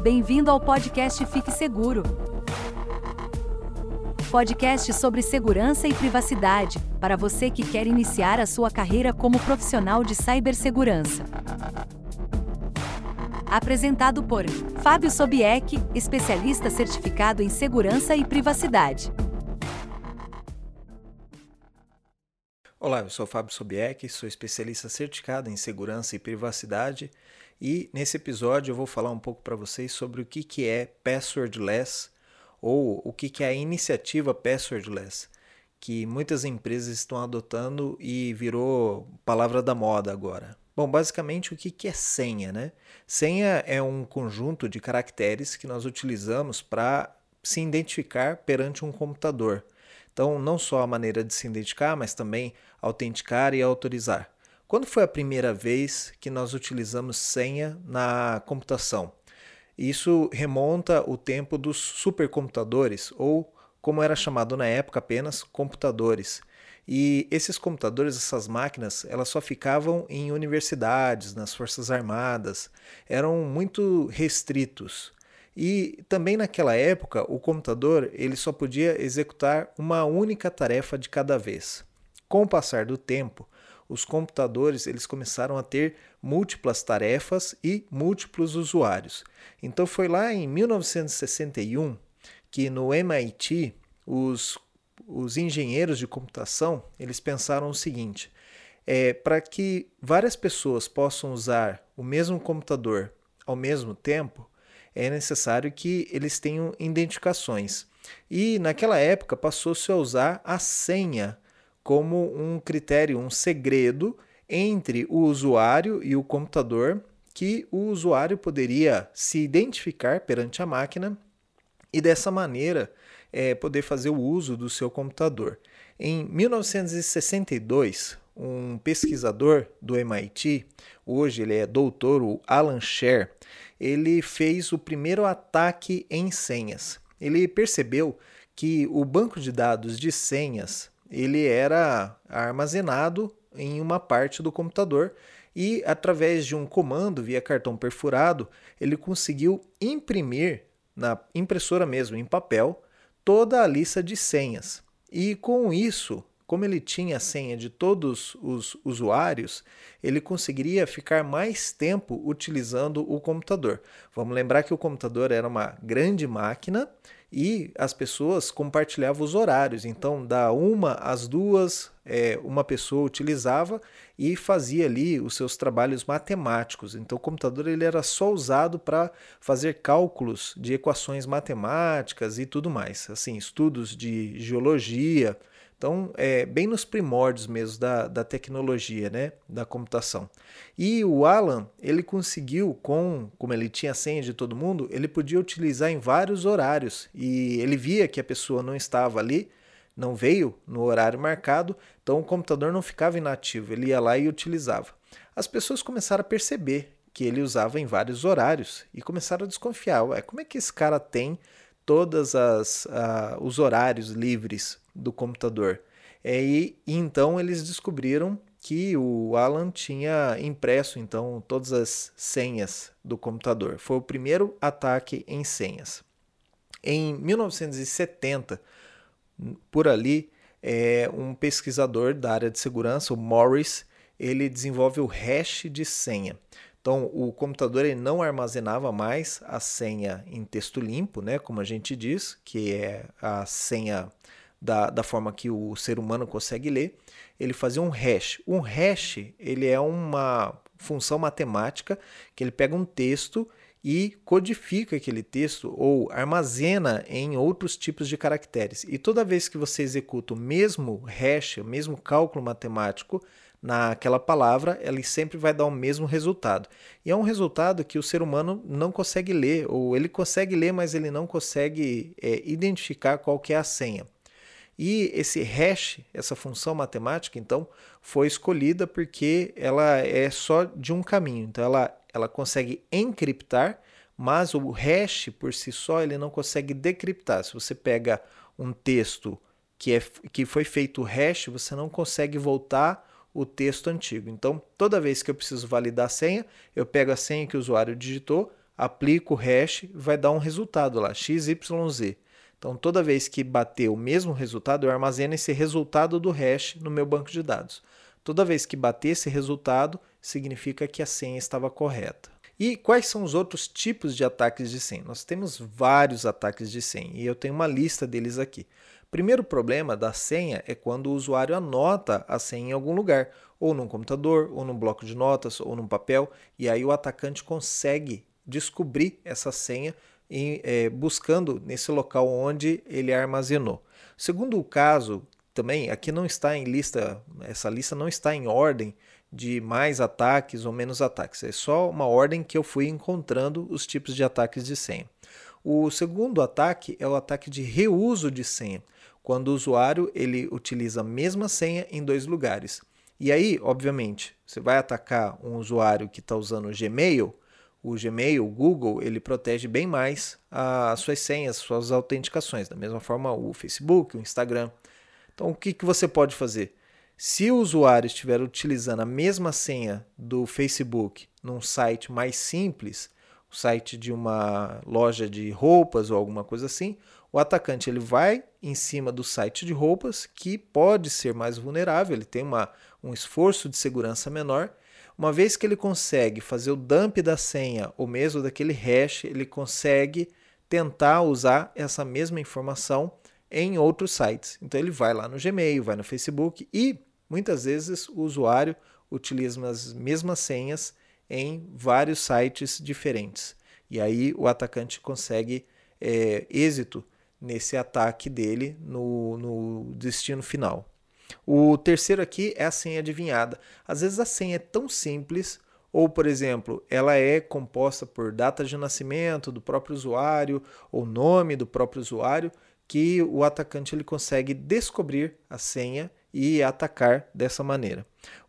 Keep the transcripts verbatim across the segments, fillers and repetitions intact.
Bem-vindo ao podcast Fique Seguro. Podcast sobre segurança e privacidade, para você que quer iniciar a sua carreira como profissional de cibersegurança. Apresentado por Fábio Sobieck, especialista certificado em segurança e privacidade. Olá, eu sou Fábio Sobieck, sou especialista certificado em segurança e privacidade e nesse episódio eu vou falar um pouco para vocês sobre o que, que é Passwordless ou o que, que é a iniciativa Passwordless, que muitas empresas estão adotando e virou palavra da moda agora. Bom, basicamente o que, que é senha, né? Senha é um conjunto de caracteres que nós utilizamos para se identificar perante um computador. Então, não só a maneira de se identificar, mas também autenticar e autorizar. Quando foi a primeira vez que nós utilizamos senha na computação? Isso remonta o tempo dos supercomputadores, ou como era chamado na época apenas, computadores. E esses computadores, essas máquinas, elas só ficavam em universidades, nas forças armadas, eram muito restritos. E também naquela época, o computador ele só podia executar uma única tarefa de cada vez. Com o passar do tempo, os computadores eles começaram a ter múltiplas tarefas e múltiplos usuários. Então foi lá em mil novecentos e sessenta e um que no M I T os, os engenheiros de computação eles pensaram o seguinte: é, para que várias pessoas possam usar o mesmo computador ao mesmo tempo, é necessário que eles tenham identificações. E naquela época passou-se a usar a senha como um critério, um segredo entre o usuário e o computador, que o usuário poderia se identificar perante a máquina e dessa maneira é, poder fazer o uso do seu computador. Em mil novecentos e sessenta e dois, um pesquisador do M I T, hoje ele é doutor, o Alan Scher, ele fez o primeiro ataque em senhas. Ele percebeu que o banco de dados de senhas ele era armazenado em uma parte do computador e, através de um comando via cartão perfurado, ele conseguiu imprimir na impressora mesmo, em papel, toda a lista de senhas. E com isso, como ele tinha a senha de todos os usuários, ele conseguiria ficar mais tempo utilizando o computador. Vamos lembrar que o computador era uma grande máquina e as pessoas compartilhavam os horários. Então, da uma às duas, é, uma pessoa utilizava e fazia ali os seus trabalhos matemáticos. Então, o computador ele era só usado para fazer cálculos de equações matemáticas e tudo mais. Assim, estudos de geologia. Então, é bem nos primórdios mesmo da, da tecnologia, né, da computação. E o Alan, ele conseguiu, com, como ele tinha a senha de todo mundo, ele podia utilizar em vários horários. E ele via que a pessoa não estava ali, não veio no horário marcado, então o computador não ficava inativo, ele ia lá e utilizava. As pessoas começaram a perceber que ele usava em vários horários e começaram a desconfiar. Ué, como é que esse cara tem todos uh, os horários livres do computador? É, e, e então eles descobriram que o Alan tinha impresso então todas as senhas do computador. Foi o primeiro ataque em senhas. Em mil novecentos e setenta, por ali, é, um pesquisador da área de segurança, o Morris, ele desenvolve o hash de senha. Então, o computador ele não armazenava mais a senha em texto limpo, né, como a gente diz, que é a senha da, da forma que o ser humano consegue ler. Ele fazia um hash. Um hash ele é uma função matemática que ele pega um texto e codifica aquele texto ou armazena em outros tipos de caracteres. E toda vez que você executa o mesmo hash, o mesmo cálculo matemático, naquela palavra, ele sempre vai dar o mesmo resultado. E é um resultado que o ser humano não consegue ler, ou ele consegue ler, mas ele não consegue é, identificar qual que é a senha. E esse hash, essa função matemática, então, foi escolhida porque ela é só de um caminho. Então, ela, ela consegue encriptar, mas o hash, por si só, ele não consegue decriptar. Se você pega um texto que, é, que foi feito hash, você não consegue voltar o texto antigo. Então, toda vez que eu preciso validar a senha, eu pego a senha que o usuário digitou, aplico o hash, vai dar um resultado lá, x y z. Então, toda vez que bater o mesmo resultado, eu armazeno esse resultado do hash no meu banco de dados. Toda vez que bater esse resultado, significa que a senha estava correta. E quais são os outros tipos de ataques de senha? Nós temos vários ataques de senha e eu tenho uma lista deles aqui. Primeiro problema da senha é quando o usuário anota a senha em algum lugar, ou num computador, ou num bloco de notas, ou num papel, e aí o atacante consegue descobrir essa senha em, é, buscando nesse local onde ele armazenou. Segundo o caso, também, aqui não está em lista, essa lista não está em ordem de mais ataques ou menos ataques, é só uma ordem que eu fui encontrando os tipos de ataques de senha. O segundo ataque é o ataque de reuso de senha, quando o usuário ele utiliza a mesma senha em dois lugares. E aí, obviamente, você vai atacar um usuário que está usando o Gmail, o Gmail, o Google, ele protege bem mais as suas senhas, suas autenticações, da mesma forma o Facebook, o Instagram. Então, o que, que você pode fazer? Se o usuário estiver utilizando a mesma senha do Facebook num site mais simples, o site de uma loja de roupas ou alguma coisa assim, o atacante ele vai em cima do site de roupas, que pode ser mais vulnerável, ele tem uma, um esforço de segurança menor. Uma vez que ele consegue fazer o dump da senha ou mesmo daquele hash, ele consegue tentar usar essa mesma informação em outros sites. Então ele vai lá no Gmail, vai no Facebook e muitas vezes o usuário utiliza as mesmas senhas em vários sites diferentes. E aí o atacante consegue é, êxito nesse ataque dele no, no destino final. O terceiro aqui é a senha adivinhada. Às vezes a senha é tão simples, ou por exemplo, ela é composta por data de nascimento do próprio usuário, ou nome do próprio usuário, que o atacante ele consegue descobrir a senha e atacar dessa maneira.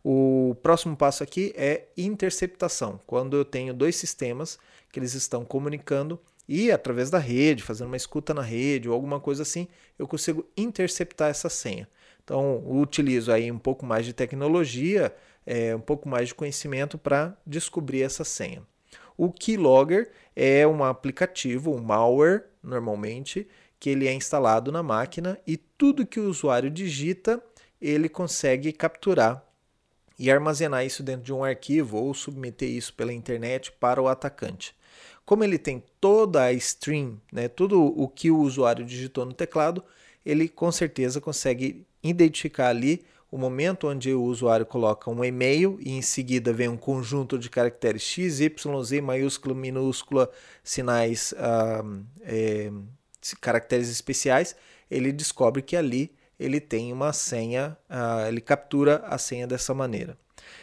O próximo passo aqui é interceptação, quando eu tenho dois sistemas que eles estão comunicando e através da rede, fazendo uma escuta na rede ou alguma coisa assim, eu consigo interceptar essa senha. Então, eu utilizo aí um pouco mais de tecnologia, é, um pouco mais de conhecimento para descobrir essa senha. O Keylogger é um aplicativo, um malware, normalmente, que ele é instalado na máquina e tudo que o usuário digita, ele consegue capturar e armazenar isso dentro de um arquivo ou submeter isso pela internet para o atacante. Como ele tem toda a stream, né, tudo o que o usuário digitou no teclado, ele com certeza consegue identificar ali o momento onde o usuário coloca um e-mail e em seguida vem um conjunto de caracteres X, Y, Z, maiúscula, minúscula, sinais, ah, é, caracteres especiais, ele descobre que ali ele tem uma senha, uh, ele captura a senha dessa maneira.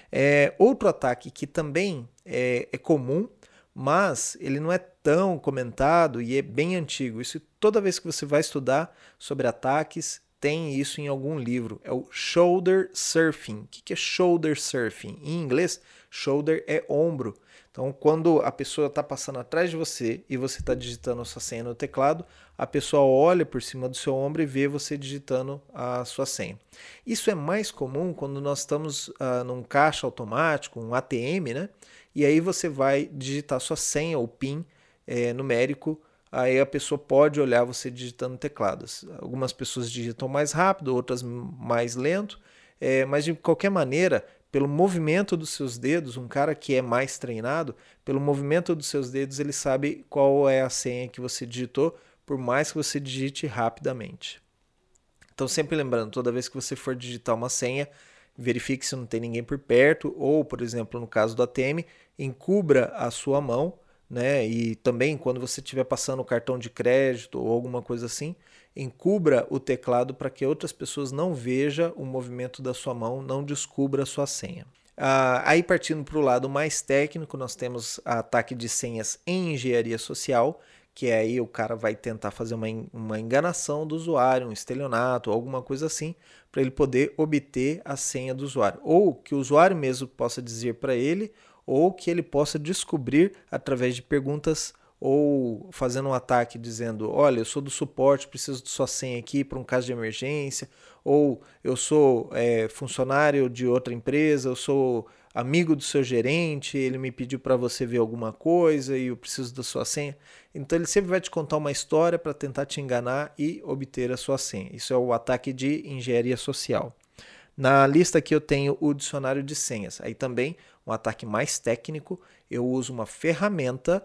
É, outro ataque que também é, é comum, mas ele não é tão comentado e é bem antigo. Isso toda vez que você vai estudar sobre ataques, tem isso em algum livro. É o shoulder surfing. O que é shoulder surfing? Em inglês, shoulder é ombro. Então, quando a pessoa está passando atrás de você e você está digitando a sua senha no teclado, a pessoa olha por cima do seu ombro e vê você digitando a sua senha. Isso é mais comum quando nós estamos uh, num caixa automático, um A T M, né? E aí você vai digitar a sua senha ou PIN é, numérico, aí a pessoa pode olhar você digitando teclados. Algumas pessoas digitam mais rápido, outras mais lento, é, mas de qualquer maneira, pelo movimento dos seus dedos, um cara que é mais treinado, pelo movimento dos seus dedos, ele sabe qual é a senha que você digitou, por mais que você digite rapidamente. Então, sempre lembrando, toda vez que você for digitar uma senha, verifique se não tem ninguém por perto, ou, por exemplo, no caso do A T M, encubra a sua mão, né? E também, quando você estiver passando o cartão de crédito ou alguma coisa assim, encubra o teclado para que outras pessoas não vejam o movimento da sua mão, não descubra a sua senha. Ah, aí partindo para o lado mais técnico, nós temos ataque de senhas em engenharia social, que é aí o cara vai tentar fazer uma, uma enganação do usuário, um estelionato, alguma coisa assim, para ele poder obter a senha do usuário. Ou que o usuário mesmo possa dizer para ele, ou que ele possa descobrir através de perguntas ou fazendo um ataque dizendo, olha, eu sou do suporte, preciso de sua senha aqui para um caso de emergência, ou eu sou é, funcionário de outra empresa, eu sou amigo do seu gerente, ele me pediu para você ver alguma coisa e eu preciso da sua senha. Então ele sempre vai te contar uma história para tentar te enganar e obter a sua senha. Isso é o ataque de engenharia social. Na lista aqui eu tenho o dicionário de senhas. Aí também um ataque mais técnico, eu uso uma ferramenta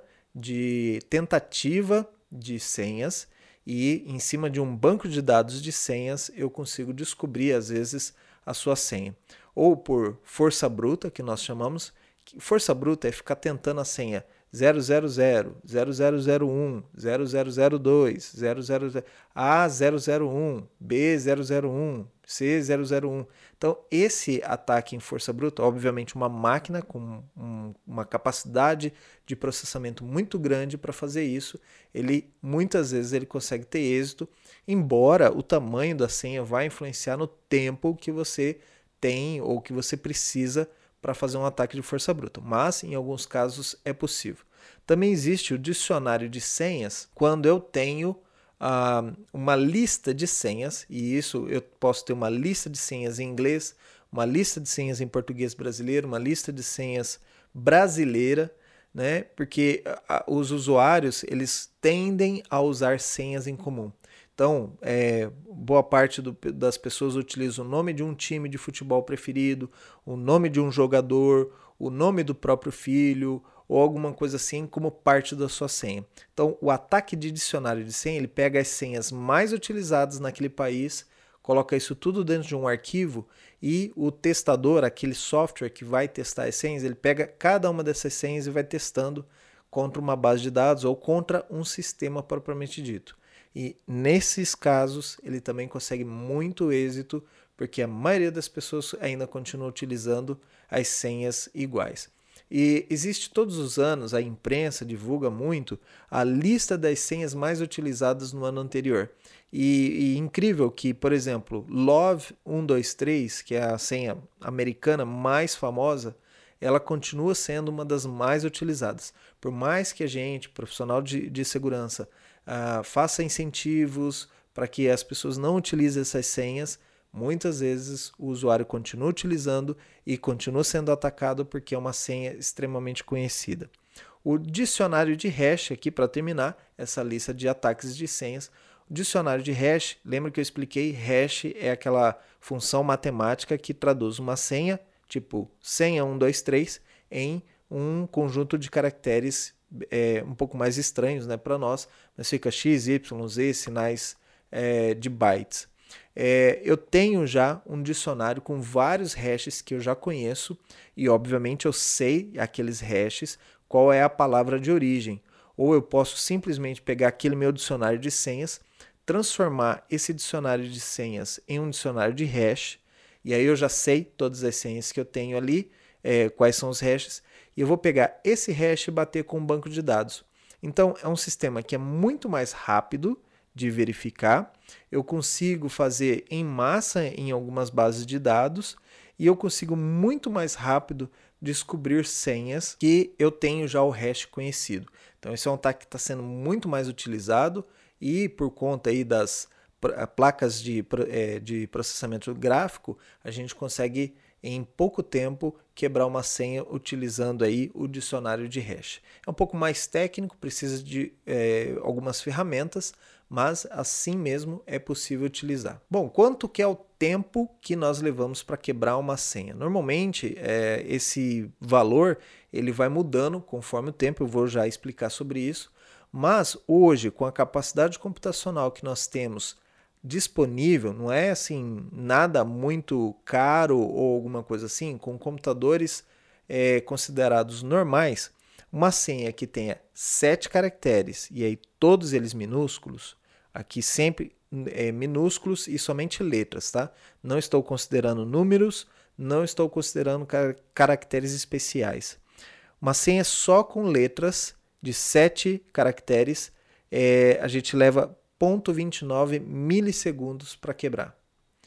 de tentativa de senhas e em cima de um banco de dados de senhas eu consigo descobrir às vezes a sua senha. Ou por força bruta, que nós chamamos. Força bruta é ficar tentando a senha zero zero zero, zero zero zero um, zero zero zero dois, zero zero zero, A zero zero um, B zero zero um, C zero zero um. Então, esse ataque em força bruta, obviamente uma máquina com um, uma capacidade de processamento muito grande para fazer isso, ele muitas vezes ele consegue ter êxito, embora o tamanho da senha vá influenciar no tempo que você tem ou que você precisa para fazer um ataque de força bruta, mas em alguns casos é possível. Também existe o dicionário de senhas quando eu tenho ah, uma lista de senhas, e isso eu posso ter uma lista de senhas em inglês, uma lista de senhas em português brasileiro, uma lista de senhas brasileira, né? Porque ah, os usuários eles tendem a usar senhas em comum. Então, é, boa parte do, das pessoas utiliza o nome de um time de futebol preferido, o nome de um jogador, o nome do próprio filho ou alguma coisa assim como parte da sua senha. Então, o ataque de dicionário de senha, ele pega as senhas mais utilizadas naquele país, coloca isso tudo dentro de um arquivo e o testador, aquele software que vai testar as senhas, ele pega cada uma dessas senhas e vai testando contra uma base de dados ou contra um sistema propriamente dito. E nesses casos ele também consegue muito êxito, porque a maioria das pessoas ainda continua utilizando as senhas iguais. E existe todos os anos, a imprensa divulga muito a lista das senhas mais utilizadas no ano anterior. E, e incrível que, por exemplo, Love um dois três, que é a senha americana mais famosa, ela continua sendo uma das mais utilizadas. Por mais que a gente, profissional de, de segurança, Uh, faça incentivos para que as pessoas não utilizem essas senhas, muitas vezes o usuário continua utilizando e continua sendo atacado porque é uma senha extremamente conhecida. O dicionário de hash, aqui para terminar essa lista de ataques de senhas, o dicionário de hash, lembra que eu expliquei, hash é aquela função matemática que traduz uma senha, tipo senha um dois três, em um conjunto de caracteres É, um pouco mais estranhos, né, para nós, mas fica X, Y, Z, sinais é, de bytes. É, eu tenho já um dicionário com vários hashes que eu já conheço e obviamente eu sei aqueles hashes, qual é a palavra de origem. Ou eu posso simplesmente pegar aquele meu dicionário de senhas, transformar esse dicionário de senhas em um dicionário de hash, e aí eu já sei todas as senhas que eu tenho ali, é, quais são os hashes, e eu vou pegar esse hash e bater com um banco de dados. Então, é um sistema que é muito mais rápido de verificar, eu consigo fazer em massa em algumas bases de dados e eu consigo muito mais rápido descobrir senhas que eu tenho já o hash conhecido. Então, esse é um ataque que está sendo muito mais utilizado e por conta aí das placas de, de processamento gráfico, a gente consegue em pouco tempo quebrar uma senha utilizando aí o dicionário de hash. É um pouco mais técnico, precisa de é, algumas ferramentas, mas assim mesmo é possível utilizar. Bom, quanto que é o tempo que nós levamos para quebrar uma senha? Normalmente é, esse valor ele vai mudando conforme o tempo, eu vou já explicar sobre isso, mas hoje com a capacidade computacional que nós temos disponível, não é assim nada muito caro ou alguma coisa assim, com computadores é, considerados normais, uma senha que tenha sete caracteres e aí todos eles minúsculos, aqui sempre é, minúsculos e somente letras, tá? Não estou considerando números, não estou considerando car caracteres especiais. Uma senha só com letras de sete caracteres, é, a gente leva zero vírgula vinte e nove milissegundos para quebrar.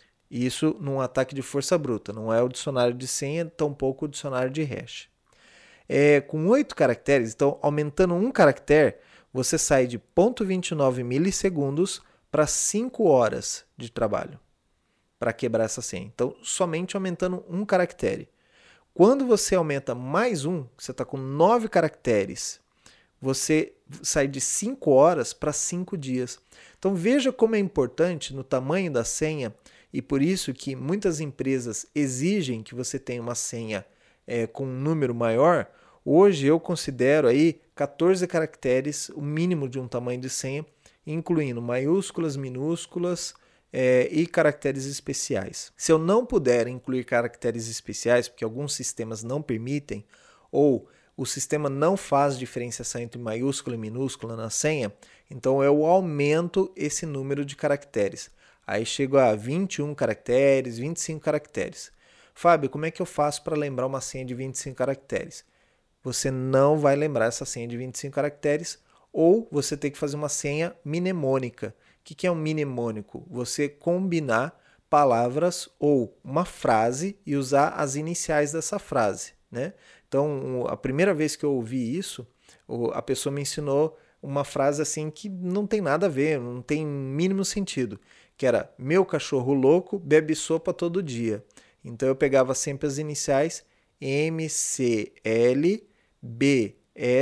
Isso num ataque de força bruta, não é o dicionário de senha, tampouco o dicionário de hash. É, com oito caracteres, então aumentando um caractere, você sai de zero vírgula vinte e nove milissegundos para cinco horas de trabalho para quebrar essa senha. Então, somente aumentando um caractere. Quando você aumenta mais um, você está com nove caracteres, você sai de cinco horas para cinco dias. Então veja como é importante no tamanho da senha, e por isso que muitas empresas exigem que você tenha uma senha é, com um número maior. Hoje eu considero aí quatorze caracteres o mínimo de um tamanho de senha, incluindo maiúsculas, minúsculas é, e caracteres especiais. Se eu não puder incluir caracteres especiais, porque alguns sistemas não permitem, ou o sistema não faz diferenciação entre maiúscula e minúscula na senha, então eu aumento esse número de caracteres. Aí chego a vinte e um caracteres, vinte e cinco caracteres. Fábio, como é que eu faço para lembrar uma senha de vinte e cinco caracteres? Você não vai lembrar essa senha de vinte e cinco caracteres, ou você tem que fazer uma senha mnemônica. O que é um mnemônico? Você combinar palavras ou uma frase e usar as iniciais dessa frase, né? Então, a primeira vez que eu ouvi isso, a pessoa me ensinou uma frase assim que não tem nada a ver, não tem mínimo sentido, que era: meu cachorro louco bebe sopa todo dia. Então eu pegava sempre as iniciais M, C, L, B,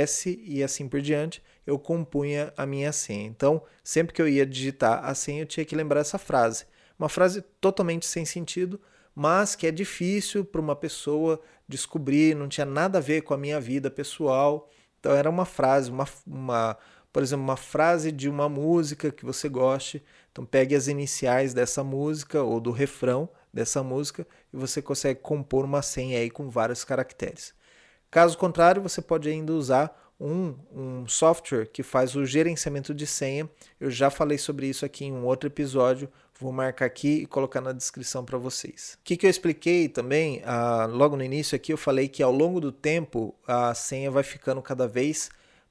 S e assim por diante, eu compunha a minha senha. Então, sempre que eu ia digitar a senha, eu tinha que lembrar essa frase. Uma frase totalmente sem sentido, mas que é difícil para uma pessoa descobrir, não tinha nada a ver com a minha vida pessoal. Então era uma frase, uma, uma, por exemplo, uma frase de uma música que você goste. Então pegue as iniciais dessa música ou do refrão dessa música e você consegue compor uma senha aí com vários caracteres. Caso contrário, você pode ainda usar um, um software que faz o gerenciamento de senha. Eu já falei sobre isso aqui em um outro episódio, vou marcar aqui e colocar na descrição para vocês. O que, que eu expliquei também, ah, logo no início aqui, eu falei que ao longo do tempo a senha vai ficando cada vez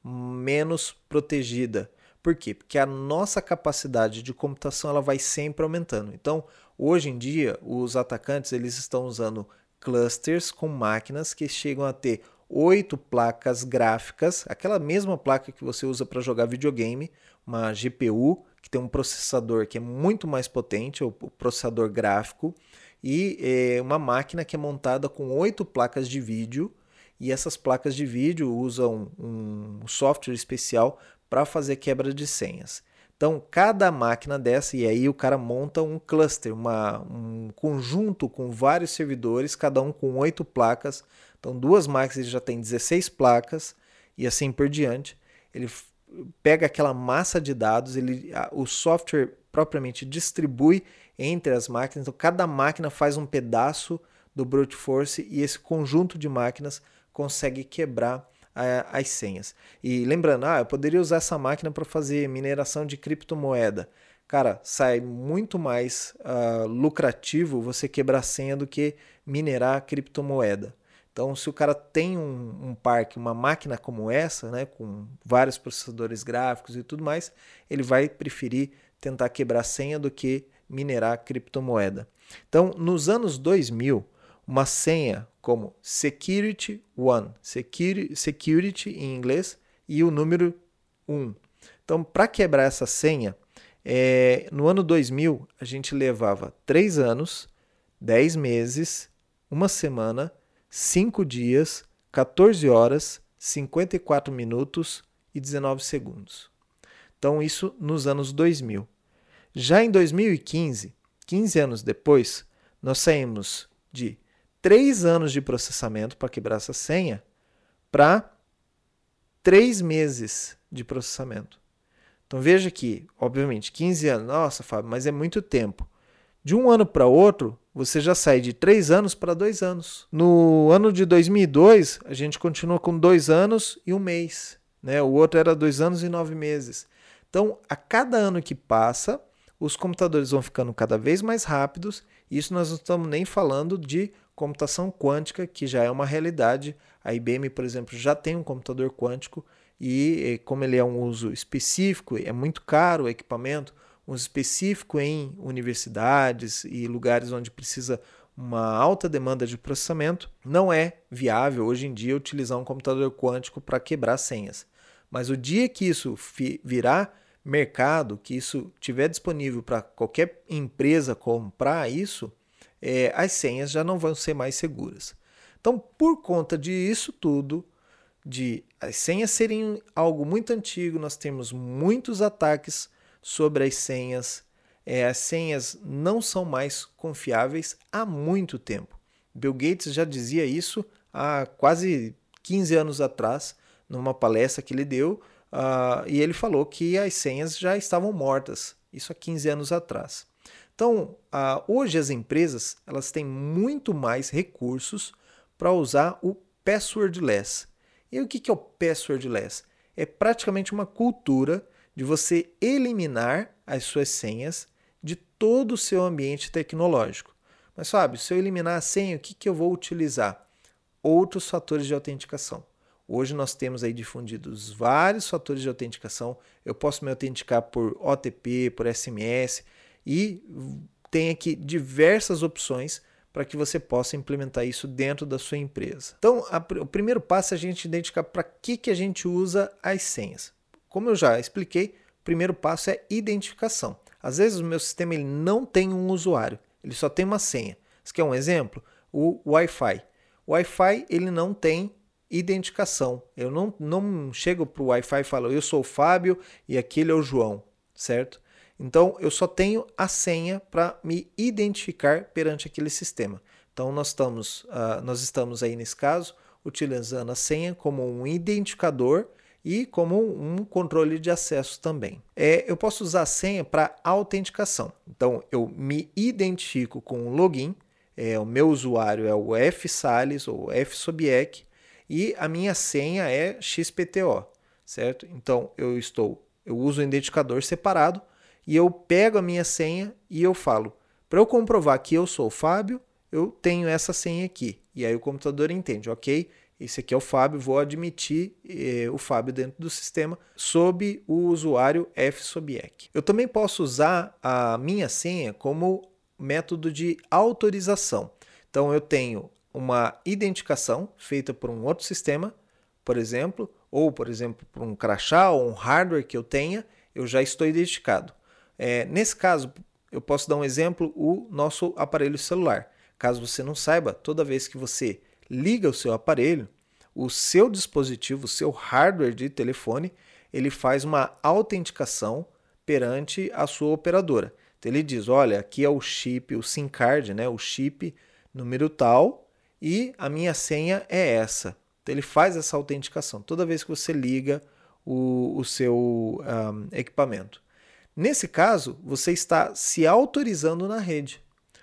menos protegida. Por quê? Porque a nossa capacidade de computação ela vai sempre aumentando. Então, hoje em dia, os atacantes eles estão usando clusters com máquinas que chegam a ter oito placas gráficas, aquela mesma placa que você usa para jogar videogame, uma G P U, que tem um processador que é muito mais potente, o processador gráfico, e é, uma máquina que é montada com oito placas de vídeo, e essas placas de vídeo usam um software especial para fazer quebra de senhas. Então, cada máquina dessa, e aí o cara monta um cluster, uma, um conjunto com vários servidores, cada um com oito placas. Então, duas máquinas ele já tem dezesseis placas e assim por diante. Ele pega aquela massa de dados, ele, o software propriamente distribui entre as máquinas. Então, cada máquina faz um pedaço do brute force e esse conjunto de máquinas consegue quebrar as senhas. E lembrando, ah, eu poderia usar essa máquina para fazer mineração de criptomoeda. Cara, sai muito mais uh, lucrativo você quebrar a senha do que minerar criptomoeda. Então, se o cara tem um, um parque, uma máquina como essa, né, com vários processadores gráficos e tudo mais, ele vai preferir tentar quebrar a senha do que minerar criptomoeda. Então, nos anos dois mil, uma senha como Security One, Security, Security em inglês, e o número um. Então, para quebrar essa senha, é, no ano dois mil, a gente levava três anos, dez meses, uma semana, cinco dias, quatorze horas, cinquenta e quatro minutos e dezenove segundos. Então, isso nos anos dois mil. Já em dois mil e quinze, quinze anos depois, nós saímos de três anos de processamento para quebrar essa senha para três meses de processamento. Então veja que, obviamente, quinze anos, nossa, Fábio, mas é muito tempo. De um ano para outro, você já sai de três anos para dois anos. No ano de dois mil e dois, a gente continua com dois anos e um mês, né? O outro era dois anos e nove meses. Então, a cada ano que passa, os computadores vão ficando cada vez mais rápidos. Isso nós não estamos nem falando de computação quântica, que já é uma realidade. A I B M, por exemplo, já tem um computador quântico e, como ele é um uso específico, é muito caro o equipamento, um uso específico em universidades e lugares onde precisa uma alta demanda de processamento, não é viável hoje em dia utilizar um computador quântico para quebrar senhas. Mas o dia que isso virar mercado, que isso estiver disponível para qualquer empresa comprar isso, É, as senhas já não vão ser mais seguras. Então, por conta disso tudo, de as senhas serem algo muito antigo, nós temos muitos ataques sobre as senhas. É, as senhas não são mais confiáveis há muito tempo. Bill Gates já dizia isso há quase quinze anos atrás, numa palestra que ele deu, uh, e ele falou que as senhas já estavam mortas, isso há quinze anos atrás. Então, uh, hoje as empresas elas têm muito mais recursos para usar o passwordless. E o que é o passwordless? É praticamente uma cultura de você eliminar as suas senhas de todo o seu ambiente tecnológico. Mas, Fábio, se eu eliminar a senha, o que, que eu vou utilizar? Outros fatores de autenticação. Hoje nós temos aí difundidos vários fatores de autenticação. Eu posso me autenticar por O T P, por S M S e tem aqui diversas opções para que você possa implementar isso dentro da sua empresa. Então, a, o primeiro passo é a gente identificar para que, que a gente usa as senhas. Como eu já expliquei, o primeiro passo é identificação. Às vezes o meu sistema ele não tem um usuário, ele só tem uma senha. Você quer um exemplo? O Wi-Fi. O Wi-Fi ele não tem identificação. Eu não, não chego para o Wi-Fi e falo, eu sou o Fábio e aquele é o João, certo? Então, eu só tenho a senha para me identificar perante aquele sistema. Então, nós estamos, uh, nós estamos aí, nesse caso, utilizando a senha como um identificador e como um controle de acesso também. É, eu posso usar a senha para autenticação. Então, eu me identifico com o login, é, o meu usuário é o fsales ou fsobiec e a minha senha é X P T O, certo? Então, eu, estou, eu uso um identificador separado, e eu pego a minha senha e eu falo, para eu comprovar que eu sou o Fábio, eu tenho essa senha aqui. E aí o computador entende, ok, esse aqui é o Fábio, vou admitir eh, o Fábio dentro do sistema sob o usuário fsobiec. Eu também posso usar a minha senha como método de autorização. Então eu tenho uma identificação feita por um outro sistema, por exemplo, ou por exemplo por um crachá ou um hardware que eu tenha, eu já estou identificado. É, nesse caso, eu posso dar um exemplo, o nosso aparelho celular. Caso você não saiba, toda vez que você liga o seu aparelho, o seu dispositivo, o seu hardware de telefone, ele faz uma autenticação perante a sua operadora. Então ele diz, olha, aqui é o chip, o SIM card, né, o chip número tal, e a minha senha é essa. Então ele faz essa autenticação toda vez que você liga o, o seu um, equipamento. Nesse caso, você está se autorizando na rede.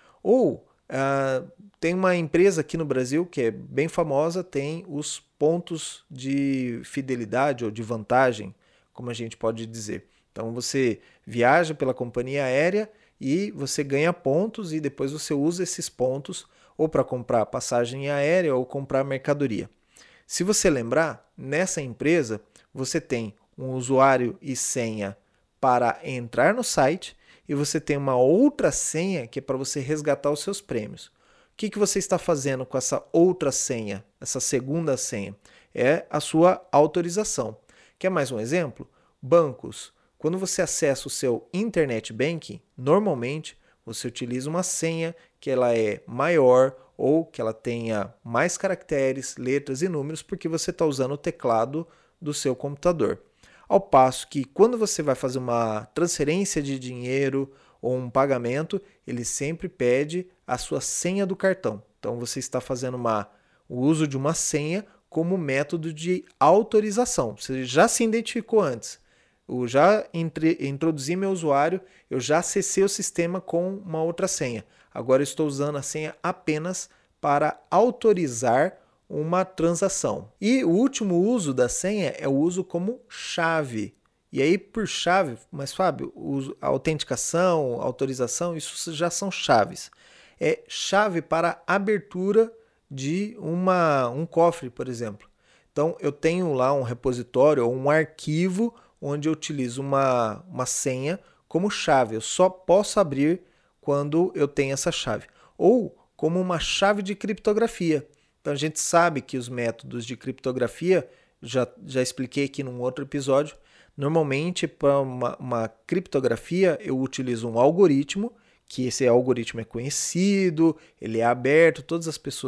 Ou uh, tem uma empresa aqui no Brasil que é bem famosa, tem os pontos de fidelidade ou de vantagem, como a gente pode dizer. Então você viaja pela companhia aérea e você ganha pontos e depois você usa esses pontos ou para comprar passagem aérea ou comprar mercadoria. Se você lembrar, nessa empresa você tem um usuário e senha para entrar no site e você tem uma outra senha que é para você resgatar os seus prêmios. O que, que você está fazendo com essa outra senha, essa segunda senha? É a sua autorização. Quer mais um exemplo? Bancos. Quando você acessa o seu Internet Banking, normalmente você utiliza uma senha que ela é maior ou que ela tenha mais caracteres, letras e números, porque você está usando o teclado do seu computador. Ao passo que quando você vai fazer uma transferência de dinheiro ou um pagamento, ele sempre pede a sua senha do cartão. Então você está fazendo uma, o uso de uma senha como método de autorização. Você já se identificou antes. Eu já entre, introduzi meu usuário, eu já acessei o sistema com uma outra senha. Agora eu estou usando a senha apenas para autorizar uma transação. E o último uso da senha é o uso como chave. E aí, por chave, mas Fábio, a autenticação, a autorização, isso já são chaves. É chave para abertura de uma, um cofre, por exemplo. Então, eu tenho lá um repositório ou um arquivo onde eu utilizo uma, uma senha como chave. Eu só posso abrir quando eu tenho essa chave. Ou como uma chave de criptografia. Então, a gente sabe que os métodos de criptografia, já, já expliquei aqui num outro episódio, normalmente para uma, uma criptografia eu utilizo um algoritmo, que esse algoritmo é conhecido, ele é aberto, todas as pessoas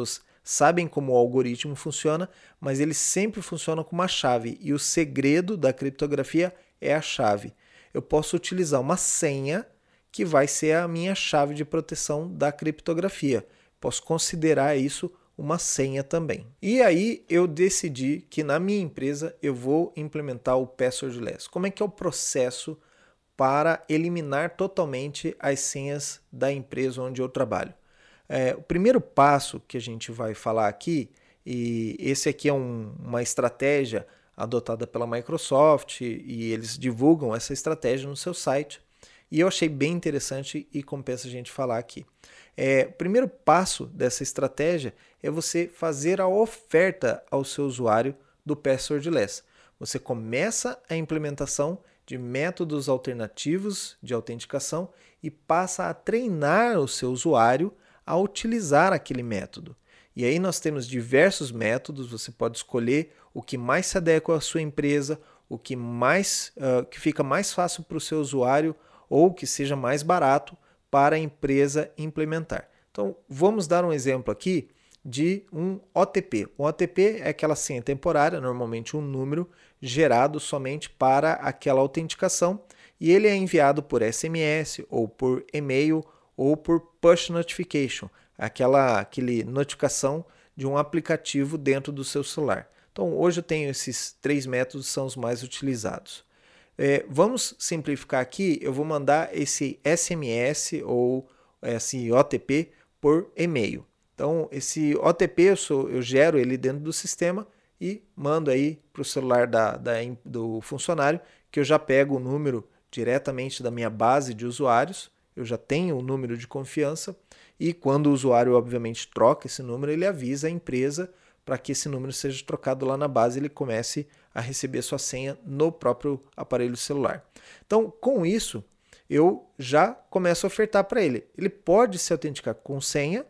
sabem como o algoritmo funciona, mas ele sempre funciona com uma chave e o segredo da criptografia é a chave. Eu posso utilizar uma senha que vai ser a minha chave de proteção da criptografia. Posso considerar isso uma senha também. E aí eu decidi que na minha empresa eu vou implementar o Passwordless. Como é que é o processo para eliminar totalmente as senhas da empresa onde eu trabalho? É, o primeiro passo que a gente vai falar aqui, e esse aqui é um, uma estratégia adotada pela Microsoft e eles divulgam essa estratégia no seu site, e eu achei bem interessante e compensa a gente falar aqui. É, o primeiro passo dessa estratégia é você fazer a oferta ao seu usuário do Passwordless. Você começa a implementação de métodos alternativos de autenticação e passa a treinar o seu usuário a utilizar aquele método. E aí nós temos diversos métodos, você pode escolher o que mais se adequa à sua empresa, o que, mais, uh, que fica mais fácil para o seu usuário ou que seja mais barato para a empresa implementar. Então, vamos dar um exemplo aqui de um O T P. O O T P é aquela senha temporária, normalmente um número gerado somente para aquela autenticação, e ele é enviado por S M S ou por e-mail ou por push notification, aquela aquele notificação de um aplicativo dentro do seu celular. Então, hoje eu tenho esses três métodos, são os mais utilizados. É, vamos simplificar aqui, eu vou mandar esse S M S ou esse O T P por e-mail. Então, esse O T P eu, sou, eu gero ele dentro do sistema e mando aí para o celular da, da, do funcionário, que eu já pego o número diretamente da minha base de usuários, eu já tenho o número de confiança e quando o usuário, obviamente, troca esse número, ele avisa a empresa para que esse número seja trocado lá na base e ele comece a receber sua senha no próprio aparelho celular. Então, com isso, eu já começo a ofertar para ele. Ele pode se autenticar com senha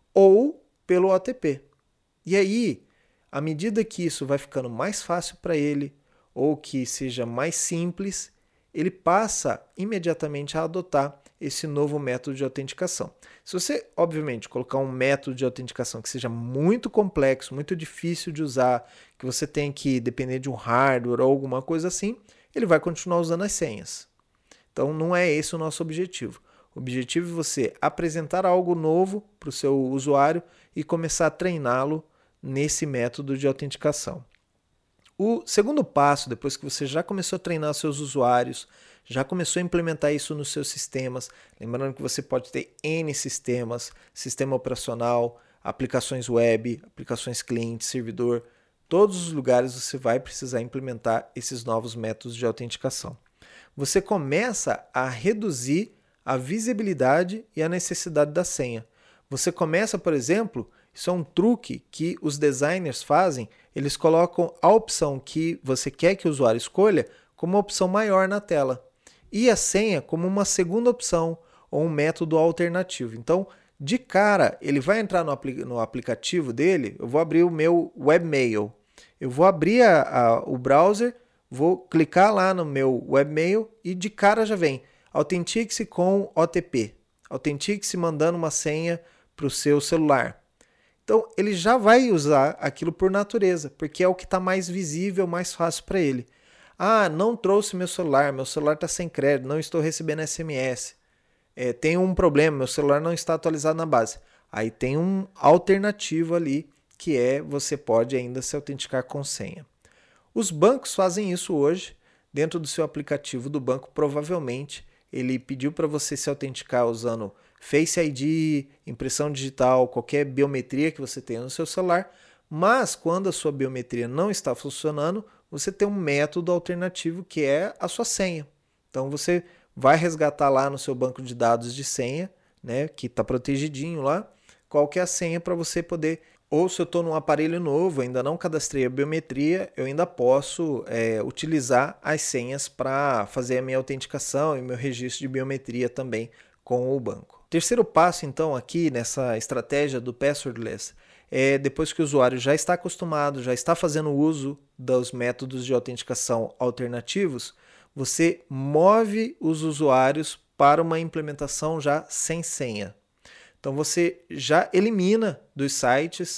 ou pelo O T P. E aí, à medida que isso vai ficando mais fácil para ele ou que seja mais simples, ele passa imediatamente a adotar esse novo método de autenticação. Se você, obviamente, colocar um método de autenticação que seja muito complexo, muito difícil de usar, que você tem que depender de um hardware ou alguma coisa assim, ele vai continuar usando as senhas. Então, não é esse o nosso objetivo. O objetivo é você apresentar algo novo para o seu usuário e começar a treiná-lo nesse método de autenticação. O segundo passo, depois que você já começou a treinar seus usuários, já começou a implementar isso nos seus sistemas, lembrando que você pode ter N sistemas, sistema operacional, aplicações web, aplicações cliente, servidor, todos os lugares você vai precisar implementar esses novos métodos de autenticação. Você começa a reduzir a visibilidade e a necessidade da senha. Você começa, por exemplo, isso é um truque que os designers fazem, eles colocam a opção que você quer que o usuário escolha como uma opção maior na tela e a senha como uma segunda opção ou um método alternativo. Então, de cara, ele vai entrar no, apli- no aplicativo dele, eu vou abrir o meu webmail, eu vou abrir a, a, o browser, vou clicar lá no meu webmail e de cara já vem, autentique-se com O T P, autentique-se mandando uma senha para o seu celular. Então, ele já vai usar aquilo por natureza, porque é o que está mais visível, mais fácil para ele. Ah, não trouxe meu celular, meu celular está sem crédito, não estou recebendo S M S. É, tem um problema, meu celular não está atualizado na base. Aí tem um alternativo ali, que é você pode ainda se autenticar com senha. Os bancos fazem isso hoje, dentro do seu aplicativo do banco, provavelmente ele pediu para você se autenticar usando Face I D, impressão digital, qualquer biometria que você tenha no seu celular, mas quando a sua biometria não está funcionando, você tem um método alternativo que é a sua senha. Então você vai resgatar lá no seu banco de dados de senha, né, que está protegidinho lá, qual que é a senha para você poder, ou se eu estou num aparelho novo, ainda não cadastrei a biometria, eu ainda posso é, utilizar as senhas para fazer a minha autenticação e meu registro de biometria também com o banco. Terceiro passo, então, aqui nessa estratégia do Passwordless, é depois que o usuário já está acostumado, já está fazendo uso dos métodos de autenticação alternativos, você move os usuários para uma implementação já sem senha. Então você já elimina dos sites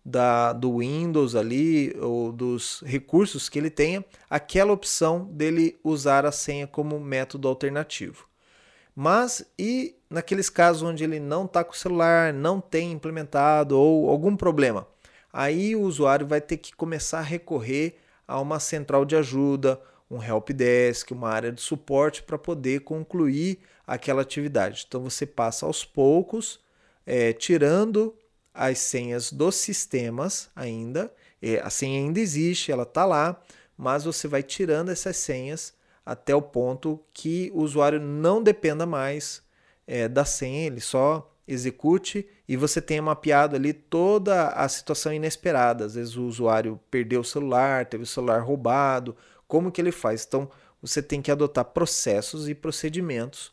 da, do Windows ali, ou dos recursos que ele tenha, aquela opção dele usar a senha como método alternativo. Mas e naqueles casos onde ele não está com o celular, não tem implementado ou algum problema? Aí o usuário vai ter que começar a recorrer a uma central de ajuda, um helpdesk, uma área de suporte para poder concluir aquela atividade. Então você passa aos poucos, é, tirando as senhas dos sistemas ainda. É, a senha ainda existe, ela está lá, mas você vai tirando essas senhas até o ponto que o usuário não dependa mais é, da senha, ele só execute e você tenha mapeado ali toda a situação inesperada. Às vezes o usuário perdeu o celular, teve o celular roubado, como que ele faz? Então você tem que adotar processos e procedimentos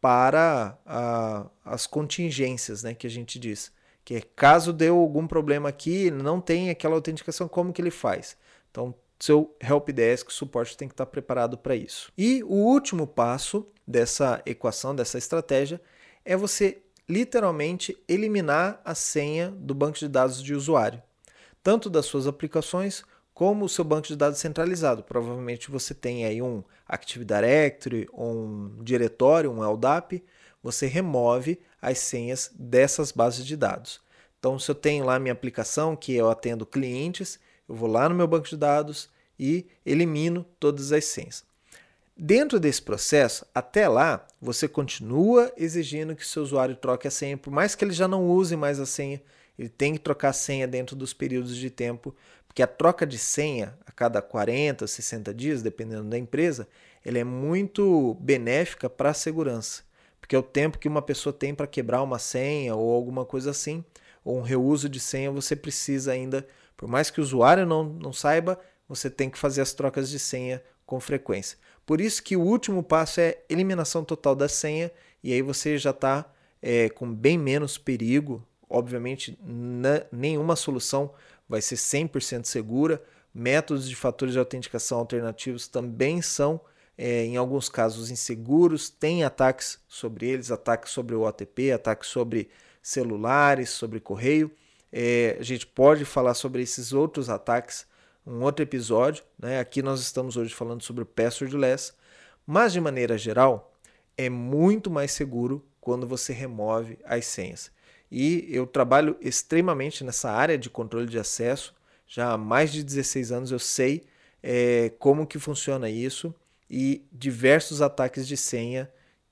para a, as contingências, né, que a gente diz. Que é, caso deu algum problema aqui, não tem aquela autenticação, como que ele faz? Então seu helpdesk, suporte tem que estar preparado para isso. E o último passo dessa equação, dessa estratégia, é você literalmente eliminar a senha do banco de dados de usuário, tanto das suas aplicações como o seu banco de dados centralizado. Provavelmente você tem aí um Active Directory, um diretório, um L D A P, você remove as senhas dessas bases de dados. Então, se eu tenho lá minha aplicação, que eu atendo clientes, eu vou lá no meu banco de dados e elimino todas as senhas. Dentro desse processo, até lá, você continua exigindo que o seu usuário troque a senha, por mais que ele já não use mais a senha, ele tem que trocar a senha dentro dos períodos de tempo, porque a troca de senha a cada quarenta, sessenta dias, dependendo da empresa, ela é muito benéfica para a segurança, porque é o tempo que uma pessoa tem para quebrar uma senha ou alguma coisa assim, ou um reuso de senha, você precisa ainda, por mais que o usuário não, não saiba, você tem que fazer as trocas de senha com frequência. Por isso que o último passo é eliminação total da senha, e aí você já está é, com bem menos perigo. Obviamente, na, nenhuma solução vai ser cem por cento segura. Métodos de fatores de autenticação alternativos também são, é, em alguns casos, inseguros. Tem ataques sobre eles, ataques sobre o O T P, ataques sobre celulares, sobre correio. É, a gente pode falar sobre esses outros ataques um outro episódio, né? Aqui nós estamos hoje falando sobre o passwordless, mas de maneira geral é muito mais seguro quando você remove as senhas. E eu trabalho extremamente nessa área de controle de acesso, já há mais de dezesseis anos eu sei é, como que funciona isso e diversos ataques de senha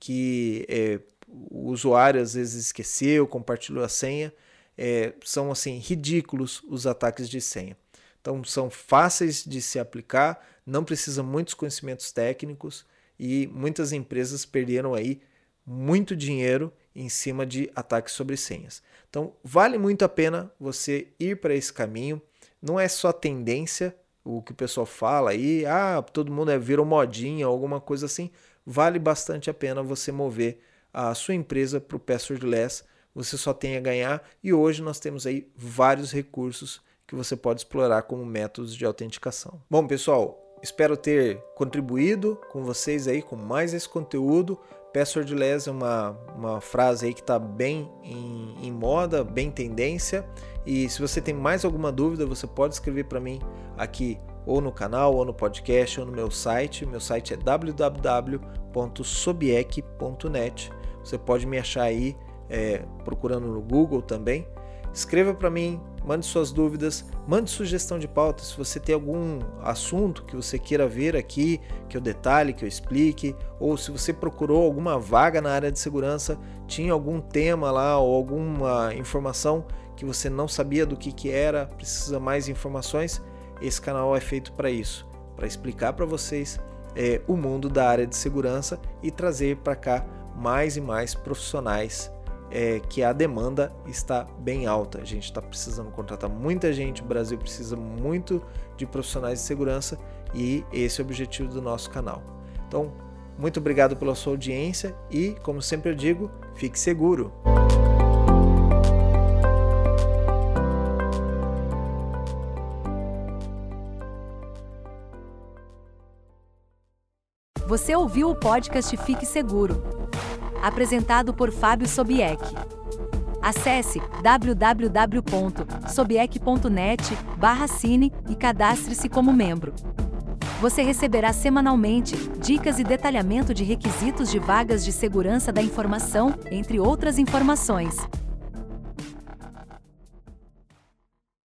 que é, o usuário às vezes esqueceu, compartilhou a senha, é, são assim ridículos os ataques de senha. Então são fáceis de se aplicar, não precisa muitos conhecimentos técnicos e muitas empresas perderam aí muito dinheiro em cima de ataques sobre senhas. Então vale muito a pena você ir para esse caminho, não é só tendência, o que o pessoal fala aí, ah, todo mundo é, vira modinha ou alguma coisa assim, vale bastante a pena você mover a sua empresa para o passwordless, você só tem a ganhar e hoje nós temos aí vários recursos que você pode explorar como métodos de autenticação. Bom, pessoal, espero ter contribuído com vocês aí com mais esse conteúdo. Passwordless é uma, uma frase aí que está bem em, em moda, bem tendência. E se você tem mais alguma dúvida, você pode escrever para mim aqui ou no canal, ou no podcast, ou no meu site. Meu site é w w w ponto sobiec ponto net. Você pode me achar aí é, procurando no Google também. Escreva para mim, mande suas dúvidas, mande sugestão de pauta. Se você tem algum assunto que você queira ver aqui, que eu detalhe, que eu explique, ou se você procurou alguma vaga na área de segurança, tinha algum tema lá ou alguma informação que você não sabia do que, que era, precisa mais informações, esse canal é feito para isso, para explicar para vocês é, o mundo da área de segurança e trazer para cá mais e mais profissionais. É que a demanda está bem alta, a gente está precisando contratar muita gente, o Brasil precisa muito de profissionais de segurança e esse é o objetivo do nosso canal. Então, muito obrigado pela sua audiência e, como sempre eu digo, fique seguro! Você ouviu o podcast Fique Seguro, apresentado por Fábio Sobieck. Acesse w w w ponto sobiec ponto net barra cine e cadastre-se como membro. Você receberá semanalmente dicas e detalhamento de requisitos de vagas de segurança da informação, entre outras informações.